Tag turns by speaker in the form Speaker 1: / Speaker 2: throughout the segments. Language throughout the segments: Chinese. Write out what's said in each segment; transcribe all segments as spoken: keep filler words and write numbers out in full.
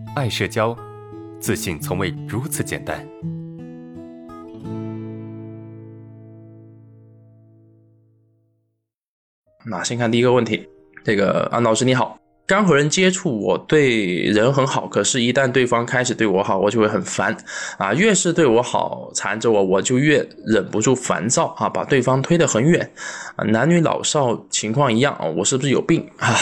Speaker 1: 爱社交，自信从未如此简单。
Speaker 2: 那先看第一个问题，这个安老师你好，刚和人接触，我对人很好，可是一旦对方开始对我好，我就会很烦啊。越是对我好，缠着我，我就越忍不住烦躁啊，把对方推得很远啊。男女老少情况一样啊，我是不是有病啊？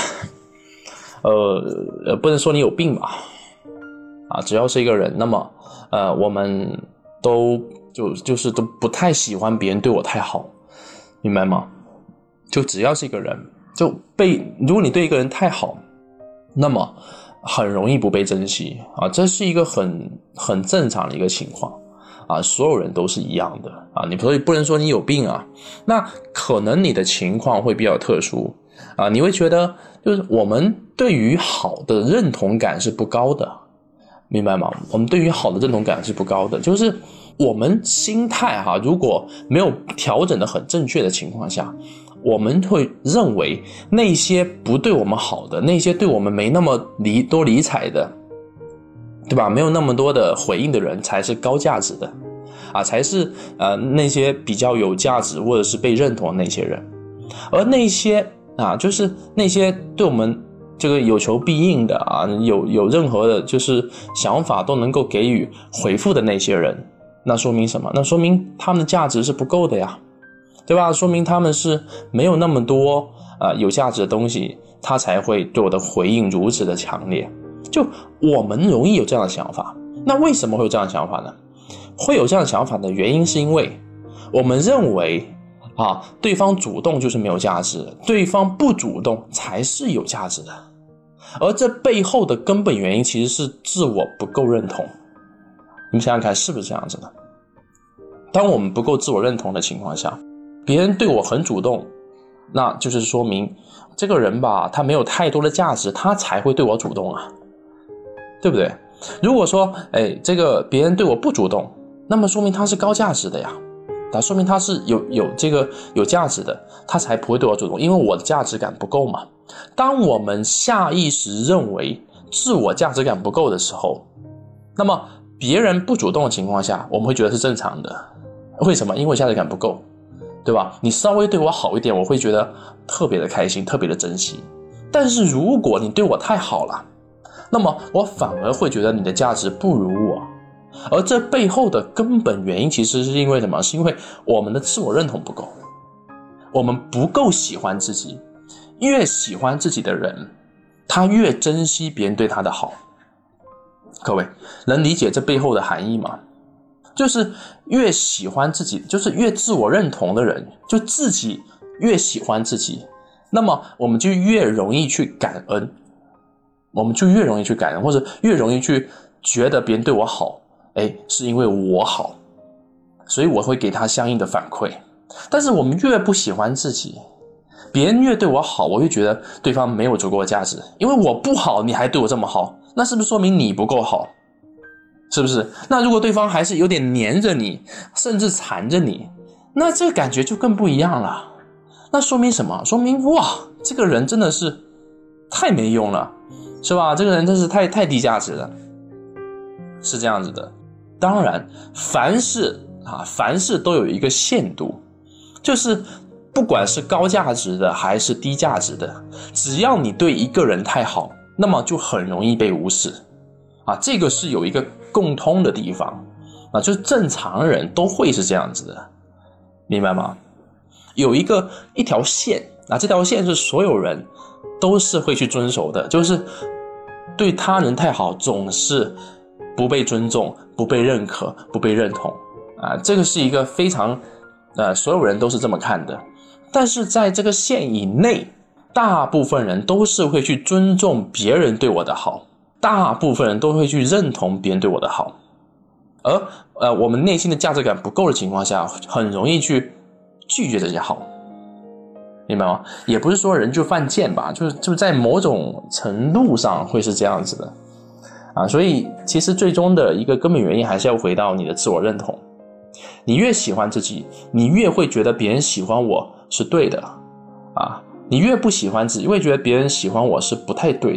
Speaker 2: 呃，不能说你有病吧？啊，只要是一个人，那么呃，我们都就就是都不太喜欢别人对我太好，明白吗？就只要是一个人，就被如果你对一个人太好，那么很容易不被珍惜啊，这是一个很很正常的一个情况啊，所有人都是一样的啊，你所以不能说你有病啊，那可能你的情况会比较特殊啊，你会觉得就是我们对于好的认同感是不高的，明白吗？我们对于好的认同感是不高的，就是我们心态哈、啊，如果没有调整的很正确的情况下，我们会认为那些不对我们好的，那些对我们没那么理多理睬的，对吧？没有那么多的回应的人才是高价值的啊，才是呃那些比较有价值或者是被认同的那些人，而那些啊就是那些对我们这个有求必应的啊，有有任何的就是想法都能够给予回复的那些人，那说明什么？那说明他们的价值是不够的呀。对吧？说明他们是没有那么多呃有价值的东西，他才会对我的回应如此的强烈。就我们容易有这样的想法，那为什么会有这样的想法呢？会有这样的想法的原因是因为我们认为啊，对方主动就是没有价值的，对方不主动才是有价值的。而这背后的根本原因其实是自我不够认同。你们想想看是不是这样子的？当我们不够自我认同的情况下，别人对我很主动，那就是说明这个人吧，他没有太多的价值，他才会对我主动啊，对不对？如果说哎，这个别人对我不主动，那么说明他是高价值的呀，那说明他是有有这个有价值的，他才不会对我主动，因为我的价值感不够嘛。当我们下意识认为自我价值感不够的时候，那么别人不主动的情况下，我们会觉得是正常的。为什么？因为价值感不够，对吧？你稍微对我好一点，我会觉得特别的开心，特别的珍惜。但是如果你对我太好了，那么我反而会觉得你的价值不如我。而这背后的根本原因其实是因为什么？是因为我们的自我认同不够，我们不够喜欢自己。越喜欢自己的人，他越珍惜别人对他的好。各位能理解这背后的含义吗？就是越喜欢自己，就是越自我认同的人，就自己越喜欢自己，那么我们就越容易去感恩，我们就越容易去感恩，或者越容易去觉得别人对我好，哎，是因为我好，所以我会给他相应的反馈。但是我们越不喜欢自己，别人越对我好，我越觉得对方没有足够的价值，因为我不好你还对我这么好，那是不是说明你不够好？是不是？那如果对方还是有点黏着你，甚至缠着你，那这个感觉就更不一样了。那说明什么？说明哇，这个人真的是太没用了，是吧？这个人真是太太低价值了，是这样子的。当然，凡事啊，凡事都有一个限度，就是不管是高价值的还是低价值的，只要你对一个人太好，那么就很容易被无视啊。这个是有一个共通的地方啊，就是正常人都会是这样子的，明白吗？有一个一条线啊，这条线是所有人都是会去遵守的，就是对他人太好总是不被尊重、不被认可、不被认同啊，这个是一个非常呃，所有人都是这么看的。但是在这个线以内，大部分人都是会去尊重别人对我的好，大部分人都会去认同别人对我的好，而呃，我们内心的价值感不够的情况下，很容易去拒绝这些好，明白吗？也不是说人就犯贱吧，就是就在某种程度上会是这样子的啊。所以其实最终的一个根本原因还是要回到你的自我认同。你越喜欢自己，你越会觉得别人喜欢我是对的啊，你越不喜欢自己，会觉得别人喜欢我是不太对的。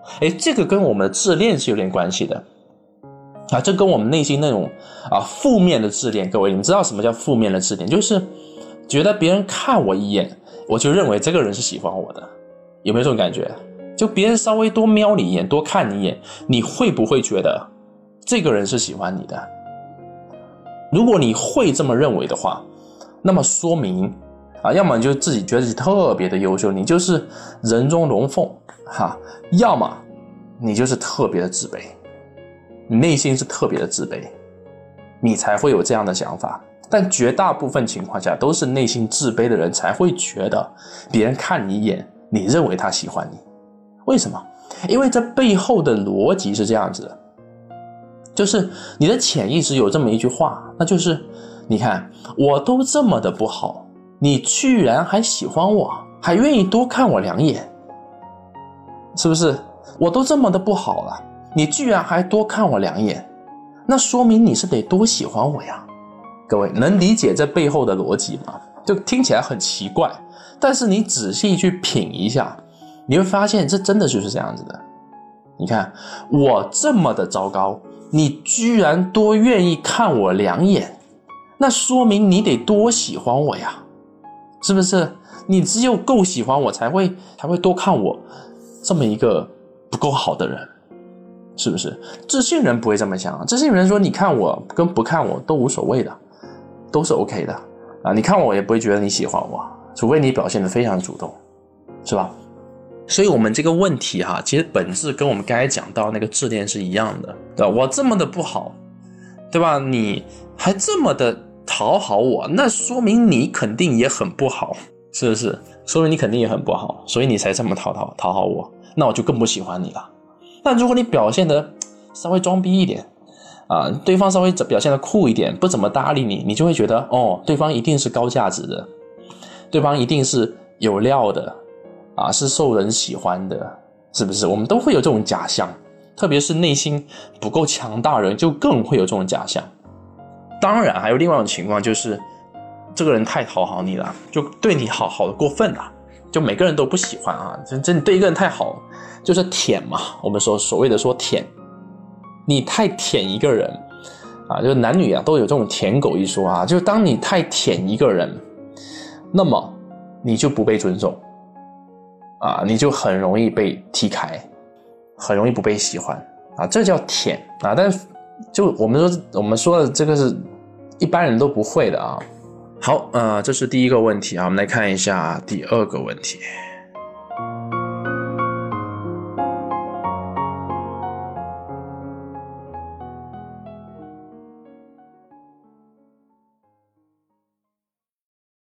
Speaker 2: 诶，这个跟我们的自恋是有点关系的啊，这跟我们内心那种啊负面的自恋，各位你们知道什么叫负面的自恋？就是觉得别人看我一眼，我就认为这个人是喜欢我的，有没有这种感觉？就别人稍微多瞄你一眼，多看你一眼，你会不会觉得这个人是喜欢你的？如果你会这么认为的话，那么说明啊，要么你就自己觉得自己特别的优秀，你就是人中龙凤哈；要么你就是特别的自卑，你内心是特别的自卑，你才会有这样的想法。但绝大部分情况下，都是内心自卑的人才会觉得别人看你一眼，你认为他喜欢你。为什么？因为这背后的逻辑是这样子的，就是你的潜意识有这么一句话，那就是你看我都这么的不好，你居然还喜欢我，还愿意多看我两眼，是不是？我都这么的不好了，你居然还多看我两眼，那说明你是得多喜欢我呀。各位能理解这背后的逻辑吗？就听起来很奇怪，但是你仔细去品一下，你会发现这真的就是这样子的。你看我这么的糟糕，你居然多愿意看我两眼，那说明你得多喜欢我呀，是不是？你只有够喜欢我才会才会多看我这么一个不够好的人，是不是？自信人不会这么想，自信人说你看我跟不看我都无所谓的，都是 OK 的啊！你看我也不会觉得你喜欢我，除非你表现得非常主动，是吧？所以我们这个问题哈，其实本质跟我们刚才讲到那个自恋是一样的，对吧？我这么的不好，对吧？你还这么的讨好我，那说明你肯定也很不好，是不是？说明你肯定也很不好，所以你才这么讨讨讨好我，那我就更不喜欢你了。但如果你表现得稍微装逼一点啊，对方稍微表现得酷一点，不怎么搭理你，你就会觉得哦，对方一定是高价值的，对方一定是有料的啊，是受人喜欢的，是不是？我们都会有这种假象，特别是内心不够强大的人就更会有这种假象。当然还有另外一种情况，就是这个人太讨好你了，就对你好好的过分了，就每个人都不喜欢啊，真对一个人太好，就是舔嘛，我们说所谓的说舔，你太舔一个人啊，就是男女啊都有这种舔狗一说啊，就是当你太舔一个人，那么你就不被尊重啊，你就很容易被踢开，很容易不被喜欢啊，这叫舔啊。但是就我们说我们说的这个是一般人都不会的啊。好，呃，这是第一个问题啊，我们来看一下第二个问题。